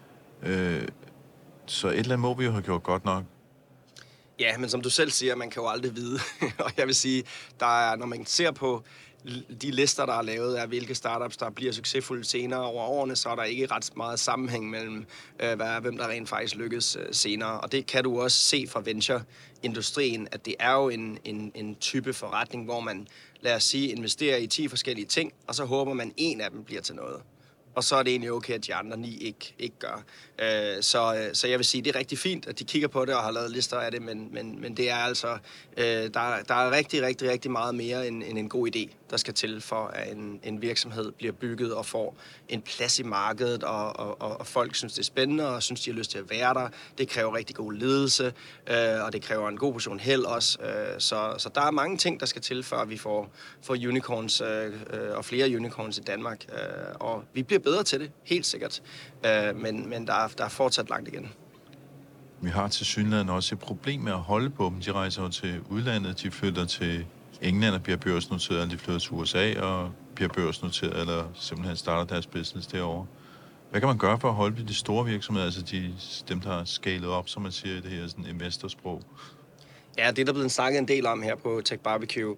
Så et eller andet må vi jo have gjort godt nok. Ja, men som du selv siger, man kan jo aldrig vide. Og jeg vil sige, der er, når man ser på de lister, der er lavet af, hvilke startups, der bliver succesfulde senere over årene, så er der ikke ret meget sammenhæng mellem, hvem der rent faktisk lykkes senere. Og det kan du også se fra venture-industrien, at det er jo en type forretning, hvor man, lad os sige, investerer i 10 forskellige ting, og så håber man, en af dem bliver til noget. Og så er det egentlig okay, at de andre 9 ikke gør. Så jeg vil sige, det er rigtig fint, at de kigger på det og har lavet lister af det, men det er altså, der er rigtig, rigtig, rigtig meget mere end en god idé, der skal til for, at en virksomhed bliver bygget og får en plads i markedet, og folk synes, det er spændende, og synes, de har lyst til at være der. Det kræver rigtig god ledelse, og det kræver en god portion held også. Så der er mange ting, der skal til, før vi får unicorns og flere unicorns i Danmark. Og vi bliver bedre til det, helt sikkert. Men der er fortsat langt igen. Vi har til synligheden også et problem med at holde på dem. De rejser jo til udlandet, de flytter til England og bliver børsnoteret, eller de flytter til USA og bliver børsnoteret, eller simpelthen starter deres business derovre. Hvad kan man gøre for at holde de store virksomheder, altså dem, der har scalet op, som man siger i det her sådan investorsprog? Ja, det er der blevet snakket en del om her på Tech Barbecue.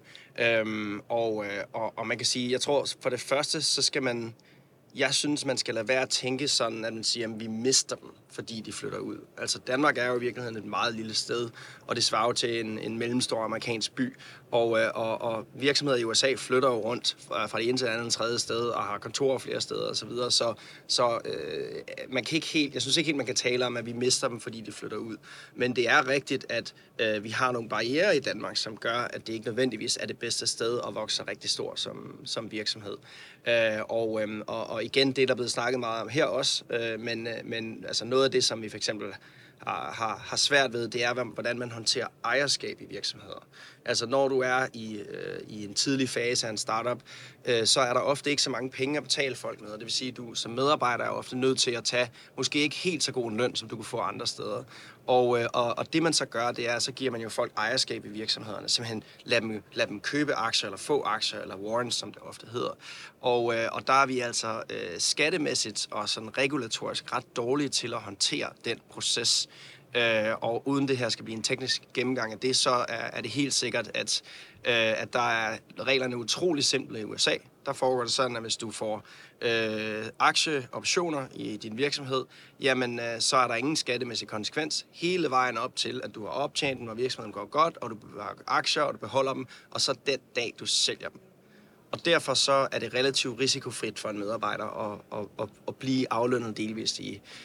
Og man kan sige, jeg tror for det første, så skal man... Jeg synes, man skal lade være at tænke sådan, at man siger, at vi mister dem, fordi de flytter ud. Altså, Danmark er jo i virkeligheden et meget lille sted, og det svarer til en mellemstor amerikansk by. Og virksomheder i USA flytter jo rundt fra det ene til det andet tredje sted, og har kontorer flere steder osv. Så man kan ikke helt, jeg synes ikke helt, man kan tale om, at vi mister dem, fordi de flytter ud. Men det er rigtigt, at vi har nogle barrierer i Danmark, som gør, at det ikke nødvendigvis er det bedste sted at vokse rigtig stor som virksomhed. Og igen, det er der blevet snakket meget om her også, men altså noget af det, som vi for eksempel har svært ved, det er, hvordan man håndterer ejerskab i virksomheder. Altså når du er i en tidlig fase af en startup, så er der ofte ikke så mange penge at betale folk med. Det vil sige, at du som medarbejder er ofte nødt til at tage måske ikke helt så god en løn, som du kunne få andre steder. Og det man så gør, det er, så giver man jo folk ejerskab i virksomhederne. Simpelthen lad dem købe aktier, eller få aktier, eller warrants, som det ofte hedder. Og der er vi altså skattemæssigt og sådan regulatorisk ret dårlige til at håndtere den proces. Og uden det her skal blive en teknisk gennemgang af det, så er det helt sikkert, at der er reglerne utrolig simple i USA. Der foregår det sådan, at hvis du får aktieoptioner i din virksomhed, jamen så er der ingen skattemæssig konsekvens hele vejen op til, at du har optjent dem, når virksomheden går godt, og du har aktier, og du beholder dem, og så den dag, du sælger dem. Og derfor så er det relativt risikofrit for en medarbejder at blive aflønnet delvist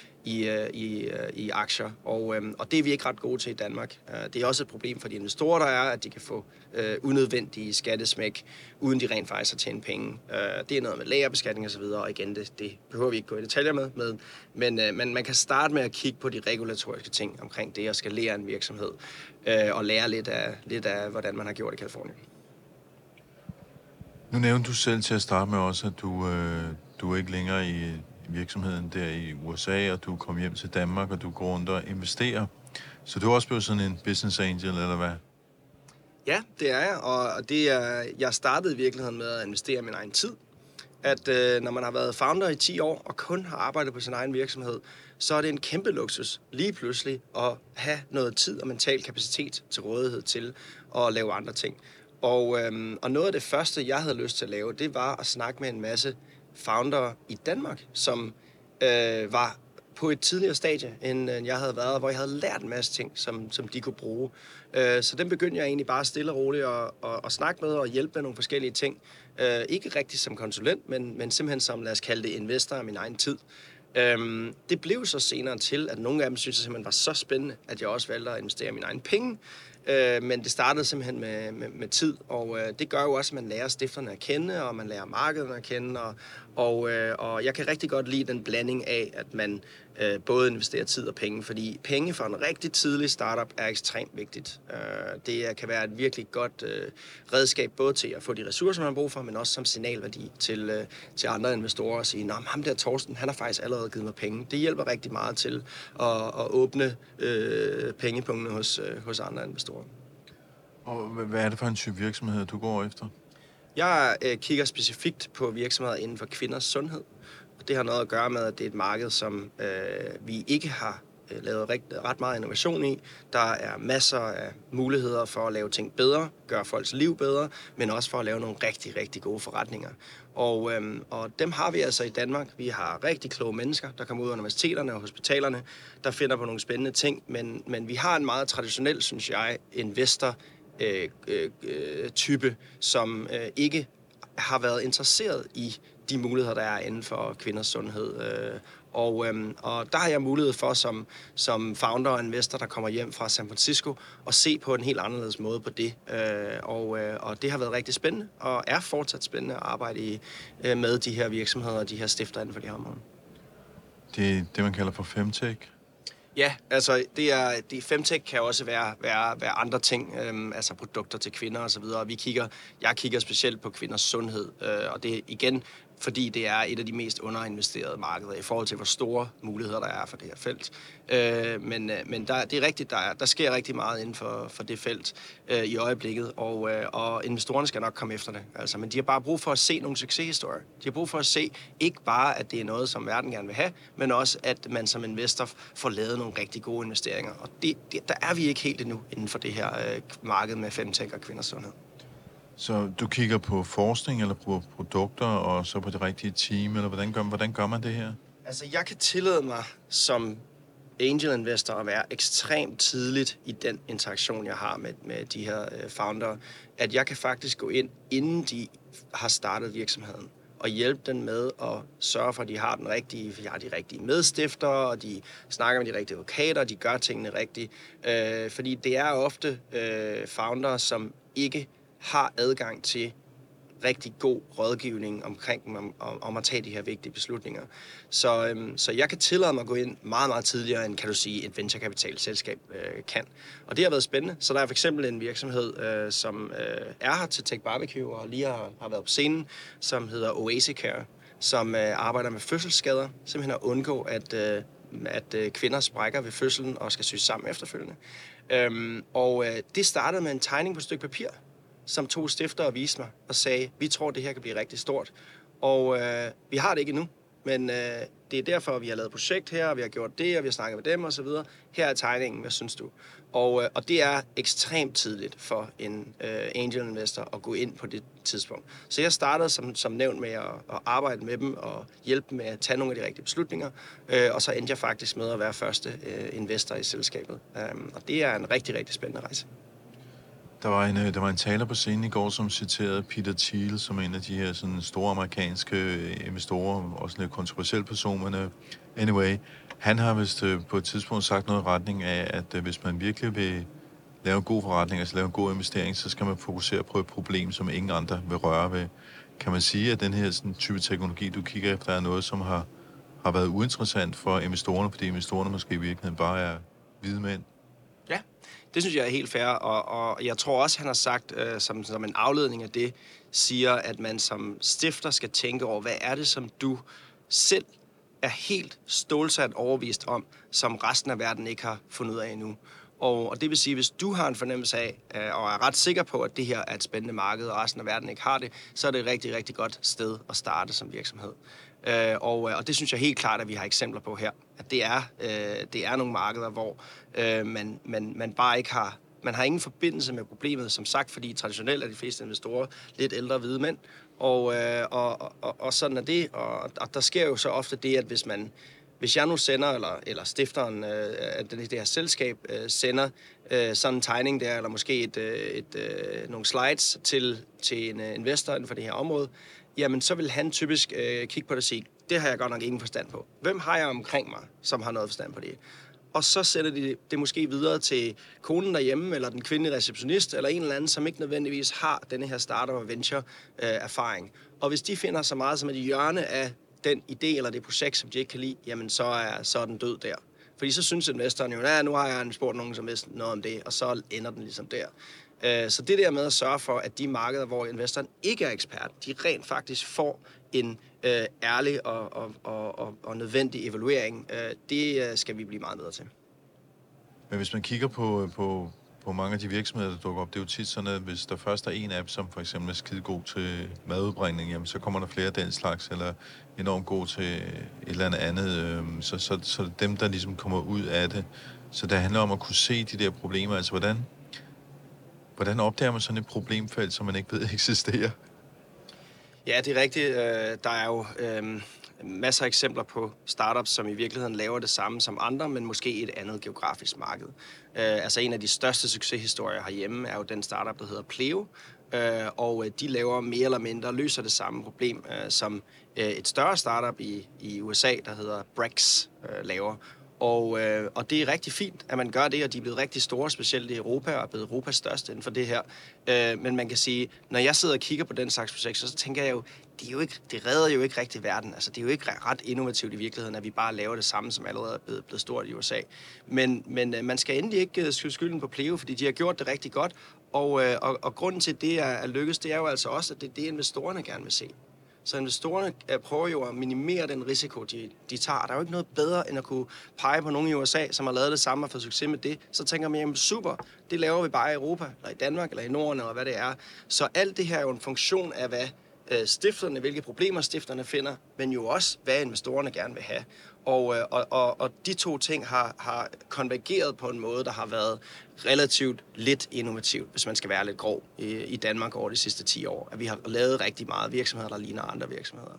i aktier, og det er vi ikke ret gode til i Danmark. Det er også et problem for de investorer, der er, at de kan få unødvendige skattesmæk, uden de rent faktisk har tjent penge. Det er noget med lagerbeskatning og så videre, og igen, det behøver vi ikke gå i detaljer med, men man kan starte med at kigge på de regulatoriske ting omkring det at skalere en virksomhed, og lære lidt af, hvordan man har gjort i Californien. Nu nævnte du selv til at starte med også, at du er ikke længere i virksomheden der i USA, og du kom hjem til Danmark, og du går rundt og investerer. Så du er også blevet sådan en business angel, eller hvad? Ja, det er jeg, og jeg startede i virkeligheden med at investere min egen tid. At når man har været founder i 10 år, og kun har arbejdet på sin egen virksomhed, så er det en kæmpe luksus lige pludselig at have noget tid og mental kapacitet til rådighed til at lave andre ting. Og noget af det første, jeg havde lyst til at lave, det var at snakke med en masse founder i Danmark, som var på et tidligere stadie, end jeg havde været, hvor jeg havde lært en masse ting, som de kunne bruge. Så den begyndte jeg egentlig bare stille og roligt at snakke med og hjælpe med nogle forskellige ting. Ikke rigtig som konsulent, men simpelthen som, lad os kalde det, investor af min egen tid. Det blev så senere til, at nogle af dem synes, det simpelthen var så spændende, at jeg også valgte at investere mine egne penge. Men det startede simpelthen med tid, og det gør jo også, at man lærer stifterne at kende, og man lærer markederne at kende, og jeg kan rigtig godt lide den blanding af, at man både investerer tid og penge, fordi penge for en rigtig tidlig startup er ekstremt vigtigt. Det kan være et virkelig godt redskab, både til at få de ressourcer, man har brug for, men også som signalværdi til andre investorer at sige, nå, ham der Torsten, han har faktisk allerede givet mig penge. Det hjælper rigtig meget til at åbne pengepunktene hos andre investorer. Og hvad er det for en type virksomhed, du går efter? Jeg kigger specifikt på virksomheder inden for kvinders sundhed. Og det har noget at gøre med, at det er et marked, som vi ikke har lavet ret meget innovation i. Der er masser af muligheder for at lave ting bedre, gøre folks liv bedre, men også for at lave nogle rigtig, rigtig gode forretninger. Og dem har vi altså i Danmark. Vi har rigtig kloge mennesker, der kommer ud af universiteterne og hospitalerne, der finder på nogle spændende ting, men vi har en meget traditionel, synes jeg, investor type, som ikke har været interesseret i de muligheder, der er inden for kvinders sundhed. Og der har jeg mulighed for som founder og investor, der kommer hjem fra San Francisco, at se på en helt anderledes måde på det. Og det har været rigtig spændende, og er fortsat spændende at arbejde med de her virksomheder og de her stifter inden for de her områder. Det er det, man kalder for femtech? Ja, altså femtech kan også være andre ting, altså produkter til kvinder og så videre. Jeg kigger specielt på kvinders sundhed, og det er igen, fordi det er et af de mest underinvesterede markeder i forhold til, hvor store muligheder der er for det her felt. Men det er rigtigt, der sker rigtig meget inden for det felt i øjeblikket, og investorerne skal nok komme efter det. Altså, men de har bare brug for at se nogle succeshistorier. De har brug for at se ikke bare, at det er noget, som verden gerne vil have, men også, at man som investor får lavet nogle rigtig gode investeringer. Og der er vi ikke helt endnu inden for det her marked med femtech og kvinders sundhed. Så du kigger på forskning eller på produkter, og så på det rigtige team, eller hvordan gør man det her? Altså, jeg kan tillade mig som angel investor at være ekstremt tidligt i den interaktion, jeg har med de her founder, at jeg kan faktisk gå ind, inden de har startet virksomheden, og hjælpe dem med at sørge for, at de har de rigtige medstifter, og de snakker med de rigtige advokater, og de gør tingene rigtigt. Fordi det er ofte founder, som ikke har adgang til rigtig god rådgivning omkring dem, om at tage de her vigtige beslutninger. Så jeg kan tillade mig at gå ind meget, meget tidligere, end kan du sige, et venturekapitalselskab kan. Og det har været spændende. Så der er for eksempel en virksomhed, som er her til Tech Barbecue, og lige har været på scenen, som hedder Oasicare, som arbejder med fødselsskader, simpelthen at undgå, at kvinder sprækker ved fødslen og skal syes sammen efterfølgende. Det startede med en tegning på et stykke papir, som 2 stiftere viste mig og sagde, vi tror, det her kan blive rigtig stort. Og vi har det ikke endnu, men det er derfor, vi har lavet projekt her, og vi har gjort det, og vi har snakket med dem osv. Her er tegningen, hvad synes du? Og det er ekstremt tidligt for en angel investor at gå ind på det tidspunkt. Så jeg startede som nævnt med at arbejde med dem og hjælpe dem med at tage nogle af de rigtige beslutninger, og så endte jeg faktisk med at være første investor i selskabet. Og det er en rigtig, rigtig spændende rejse. Der var en taler på scenen i går, som citerede Peter Thiel som en af de her sådan store amerikanske investorer, også en lidt kontroversiel person, men anyway, han har vist på et tidspunkt sagt noget i retning af, at hvis man virkelig vil lave en god forretning, altså lave en god investering, så skal man fokusere på et problem, som ingen andre vil røre ved. Kan man sige, at den her sådan, type teknologi, du kigger efter, er noget, som har været uinteressant for investorerne, fordi investorerne måske i virkeligheden bare er hvide mænd? Ja, det synes jeg er helt fair, og jeg tror også, han har sagt, som en afledning af det, siger, at man som stifter skal tænke over, hvad er det, som du selv er helt stålsat overbevist om, som resten af verden ikke har fundet ud af endnu. Og det vil sige, hvis du har en fornemmelse af, og er ret sikker på, at det her er et spændende marked, og resten af verden ikke har det, så er det et rigtig, rigtig godt sted at starte som virksomhed. Og det synes jeg helt klart, at vi har eksempler på her. At det er nogle markeder, hvor man bare ikke har... Man har ingen forbindelse med problemet, som sagt, fordi traditionelt er de fleste investorer lidt ældre hvide mænd. Og sådan er det. Og der sker jo så ofte det, at hvis jeg nu sender, eller stifteren af det her selskab sender sådan en tegning der, eller måske nogle slides til en investor inden for det her område, jamen så vil han typisk kigge på det og sige, det har jeg godt nok ingen forstand på. Hvem har jeg omkring mig, som har noget forstand på det? Og så sætter de det måske videre til konen derhjemme, eller den kvindelige receptionist, eller en eller anden, som ikke nødvendigvis har denne her startup- og venture-erfaring. Og hvis de finder så meget som et hjørne af den idé eller det projekt, som de ikke kan lide, jamen så er den død der. Fordi så synes investoren jo, nu har jeg spurgt nogen, som vidste noget om det, og så ender den ligesom der. Så det der med at sørge for, at de markeder, hvor investoren ikke er ekspert, de rent faktisk får en ærlig og nødvendig evaluering, det skal vi blive meget bedre til. Men hvis man kigger på mange af de virksomheder, der dukker op, det er jo tit sådan, at hvis der først er en app, som for eksempel er skide god til madudbringning, jamen så kommer der flere af den slags, eller enormt god til et eller andet. Så dem, der ligesom kommer ud af det. Så det handler om at kunne se de der problemer. Altså, hvordan opdager man sådan et problemfelt, som man ikke ved eksisterer? Ja, det er rigtigt. Der er jo masser af eksempler på startups, som i virkeligheden laver det samme som andre, men måske et andet geografisk marked. Altså en af de største succeshistorier herhjemme er jo den startup, der hedder Pleo, og de laver mere eller mindre, løser det samme problem, som et større startup i USA, der hedder Brex, laver. Og det er rigtig fint, at man gør det, og de er blevet rigtig store, specielt i Europa, og er blevet Europas største inden for det her. Men man kan sige, når jeg sidder og kigger på den slags projekter, så tænker jeg jo, det redder jo ikke rigtig verden. Altså, det er jo ikke ret innovativt i virkeligheden, at vi bare laver det samme, som allerede er blevet stort i USA. Men man skal endelig ikke skyde skylden på Pleo, fordi de har gjort det rigtig godt. Og grunden til, at det er lykkedes, det er jo altså også, at det er det, investorerne gerne vil se. Så investorerne prøver jo at minimere den risiko, de tager. Der er jo ikke noget bedre, end at kunne pege på nogen i USA, som har lavet det samme og fået succes med det. Så tænker man, jamen super, det laver vi bare i Europa, eller i Danmark, eller i Norden, eller hvad det er. Så alt det her er jo en funktion af, hvad stifterne, hvilke problemer stifterne finder, men jo også, hvad investorerne gerne vil have. Og de to ting har konvergeret på en måde, der har været relativt lidt innovativt, hvis man skal være lidt grov, i Danmark over de sidste 10 år. At vi har lavet rigtig meget virksomheder, der ligner andre virksomheder.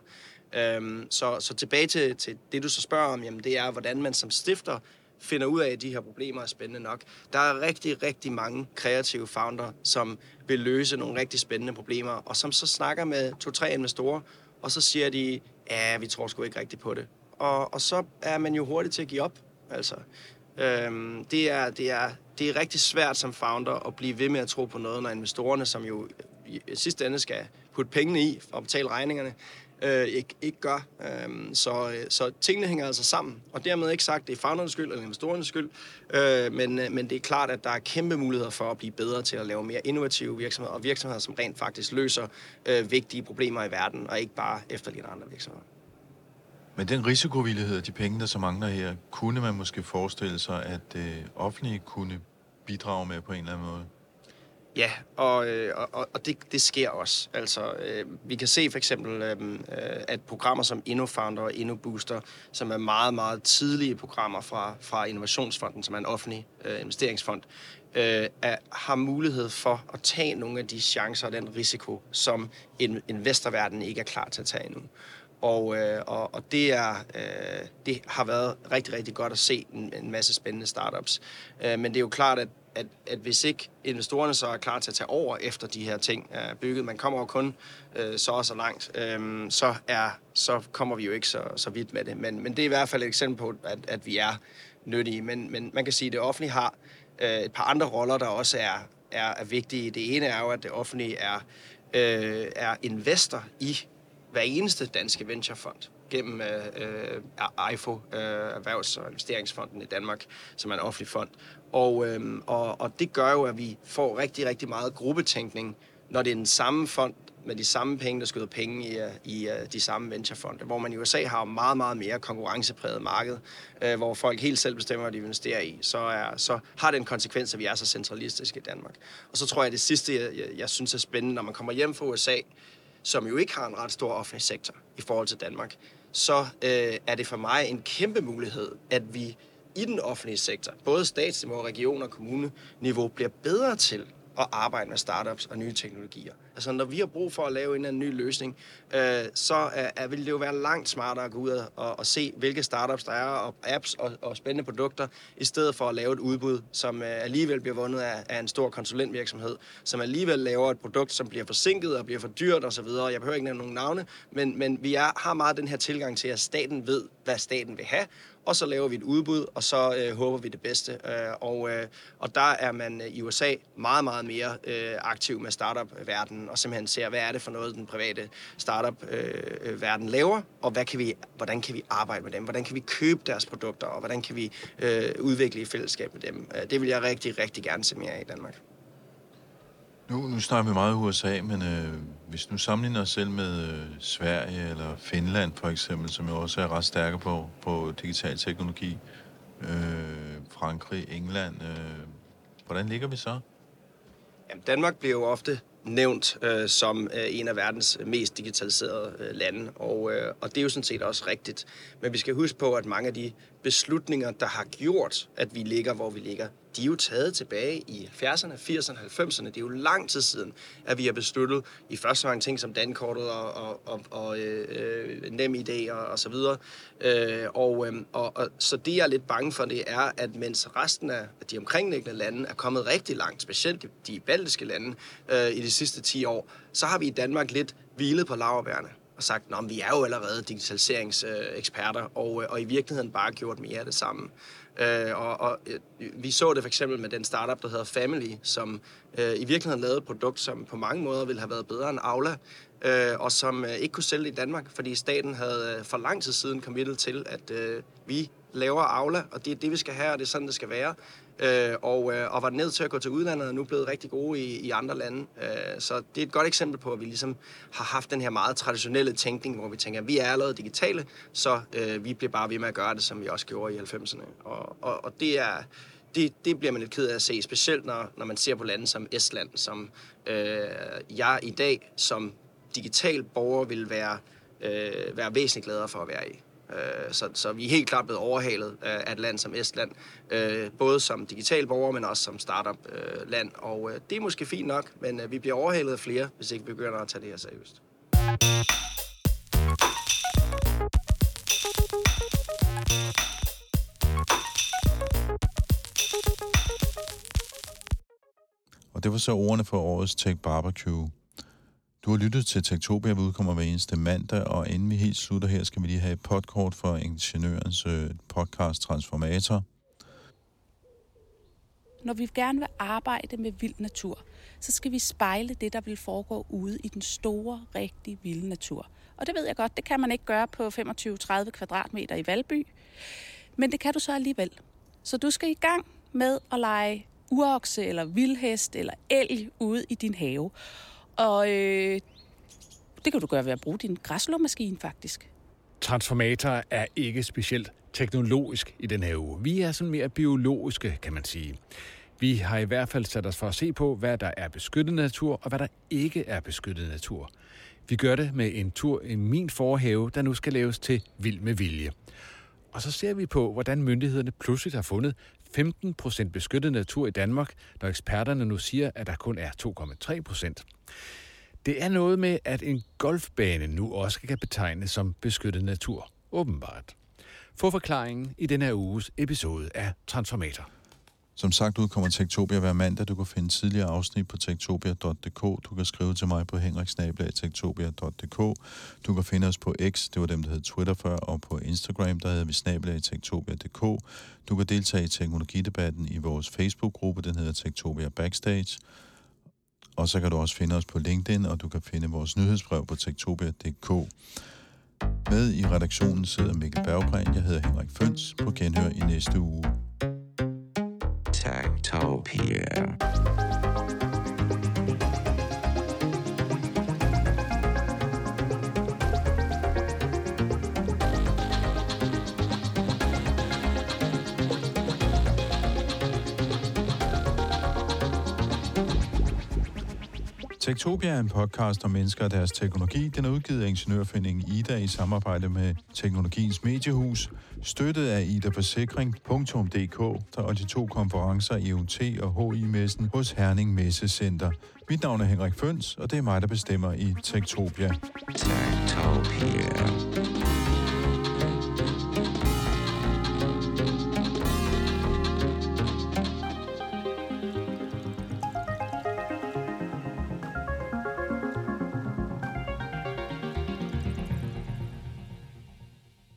Så tilbage til det, du så spørger om, jamen, det er, hvordan man som stifter finder ud af, at de her problemer er spændende nok. Der er rigtig, rigtig mange kreative founder, som vil løse nogle rigtig spændende problemer, og som så snakker med 2-3 investorer, og så siger de, ja, vi tror sgu ikke rigtigt på det. Og så er man jo hurtigt til at give op. Altså, det er rigtig svært som founder at blive ved med at tro på noget, når investorerne, som jo i sidste ende skal putte pengene i og betale regningerne, ikke gør. Så tingene hænger altså sammen. Og dermed ikke sagt, det er foundernes skyld eller investorernes skyld, men det er klart, at der er kæmpe muligheder for at blive bedre til at lave mere innovative virksomheder, og virksomheder, som rent faktisk løser vigtige problemer i verden, og ikke bare efterligner andre virksomheder. Men den risikovillighed af de penge, der så mangler her, kunne man måske forestille sig, at det offentlige kunne bidrage med på en eller anden måde? Ja, og det sker også. Altså, vi kan se for eksempel, at programmer som InnoFounder og InnoBooster, som er meget, meget tidlige programmer fra Innovationsfonden, som er en offentlig investeringsfond, har mulighed for at tage nogle af de chancer og den risiko, som investorverdenen ikke er klar til at tage endnu. Og det har været rigtig, rigtig godt at se en masse spændende startups. Men det er jo klart, at hvis ikke investorerne så er klar til at tage over efter de her ting er bygget, man kommer jo kun så langt, så kommer vi jo ikke så vidt med det. Men det er i hvert fald et eksempel på, at vi er nyttige. Men man kan sige, at det offentlige har et par andre roller, der også er vigtige. Det ene er jo, at det offentlige er investor i hver eneste danske venturefond gennem EIFO, Erhvervs- og Investeringsfonden i Danmark, som er en offentlig fond. Og det gør jo, at vi får rigtig, rigtig meget gruppetænkning, når det er den samme fond med de samme penge, der skyder penge i de samme venturefonde, hvor man i USA har meget, meget mere konkurrencepræget marked, hvor folk helt selv bestemmer, hvad de investerer i, så har det en konsekvens, at vi er så centralistiske i Danmark. Og så tror jeg, at det sidste, jeg synes er spændende, når man kommer hjem fra USA, som jo ikke har en ret stor offentlig sektor i forhold til Danmark, så er det for mig en kæmpe mulighed, at vi i den offentlige sektor, både statsniveau, region og kommuneniveau, bliver bedre til at arbejde med startups og nye teknologier. Altså når vi har brug for at lave en ny løsning, så vil det jo være langt smartere at gå ud og se, hvilke startups der er, og apps og spændende produkter, i stedet for at lave et udbud, som alligevel bliver vundet af en stor konsulentvirksomhed, som alligevel laver et produkt, som bliver forsinket og bliver for dyrt osv. Jeg behøver ikke nævne nogen navne, men vi har meget den her tilgang til, at staten ved, hvad staten vil have, og så laver vi et udbud, og så håber vi det bedste. Og der er man i USA meget, meget mere aktiv med startup-verdenen, og simpelthen ser, hvad er det for noget, den private startup-verden laver, og hvordan kan vi arbejde med dem, hvordan kan vi købe deres produkter, og hvordan kan vi udvikle i fællesskab med dem. Det vil jeg rigtig, rigtig gerne se mere af i Danmark. Nu snakker vi meget USA, men hvis nu sammenligner os selv med Sverige eller Finland for eksempel, som jo også er ret stærke på digital teknologi, Frankrig, England, hvordan ligger vi så? Jamen, Danmark bliver jo ofte nævnt som en af verdens mest digitaliserede lande, og det er jo sådan set også rigtigt. Men vi skal huske på, at mange af de beslutninger, der har gjort, at vi ligger, hvor vi ligger, de er jo taget tilbage i 70'erne, 80'erne, 90'erne. Det er jo lang tid siden, at vi har besluttet i første gang ting som dankortet og NemID og så videre. Så det, jeg er lidt bange for, det er, at mens resten af de omkringliggende lande er kommet rigtig langt, specielt de baltiske lande i de sidste 10 år, så har vi i Danmark lidt hvilet på laurbærrene og sagt, at vi er jo allerede digitaliseringseksperter, og i virkeligheden bare gjort mere af det samme. Vi så det for eksempel med den startup, der hedder Family, som i virkeligheden lavede et produkt, som på mange måder ville have været bedre end Aula, og som ikke kunne sælge i Danmark, fordi staten havde for lang tid siden committet til, at vi laver Aula, og det er det, vi skal have, og det er sådan, det skal være. Og var nødt til at gå til udlandet, og nu er blevet rigtig gode i andre lande. Så det er et godt eksempel på, at vi ligesom har haft den her meget traditionelle tænkning, hvor vi tænker, at vi er allerede digitale, så vi bliver bare ved med at gøre det, som vi også gjorde i 90'erne. Og det bliver man lidt ked af at se, specielt når man ser på lande som Estland, som jeg i dag som digital borger vil være væsentligt gladere for at være i. Så vi er helt klart blevet overhalet af et land som Estland, både som digital borger, men også som startup-land. Og det er måske fint nok, men vi bliver overhalet af flere, hvis ikke vi begynder at tage det her seriøst. Og det var så ordene for årets Tech Barbecue. Du har lyttet til Techtopia, vi udkommer hver eneste mandag, og inden vi helt slutter her, skal vi lige have et podkort for Ingeniørens podcast Transformator. Når vi gerne vil arbejde med vild natur, så skal vi spejle det, der vil foregå ude i den store, rigtig vilde natur. Og det ved jeg godt, det kan man ikke gøre på 25-30 kvadratmeter i Valby, men det kan du så alligevel. Så du skal i gang med at lege urokse eller vildhest eller elg ude i din have. Og det kan du gøre ved at bruge din græsslåmaskine faktisk. Transformator er ikke specielt teknologisk i den her uge. Vi er sådan mere biologiske, kan man sige. Vi har i hvert fald sat os for at se på, hvad der er beskyttet natur, og hvad der ikke er beskyttet natur. Vi gør det med en tur i min forhave, der nu skal laves til Vild med Vilje. Og så ser vi på, hvordan myndighederne pludselig har fundet 15% beskyttet natur i Danmark, når eksperterne nu siger, at der kun er 2,3%. Det er noget med, at en golfbane nu også kan betegnes som beskyttet natur, åbenbart. Få forklaringen i denne uges episode af Transformator. Som sagt udkommer Techtopia hver mandag. Du kan finde tidligere afsnit på techtopia.dk. Du kan skrive til mig på henrik@techtopia.dk. Du kan finde os på X, det var dem, der hed Twitter før, og på Instagram, der hedder vi @techtopia.dk. Du kan deltage i teknologidebatten i vores Facebook-gruppe, den hedder Techtopia Backstage. Og så kan du også finde os på LinkedIn, og du kan finde vores nyhedsbrev på techtopia.dk. Med i redaktionen sidder Mikkel Berggren. Jeg hedder Henrik Føns. På genhør i næste uge. Techtopia. Techtopia er en podcast om mennesker og deres teknologi. Den er udgivet af ingeniørforeningen Ida i samarbejde med Teknologiens Mediehus, støttet af Ida Forsikring.dk, og de 2 konferencer EUT og HI-messen hos Herning Messecenter. Mit navn er Henrik Føns, og det er mig, der bestemmer i Techtopia. Techtopia.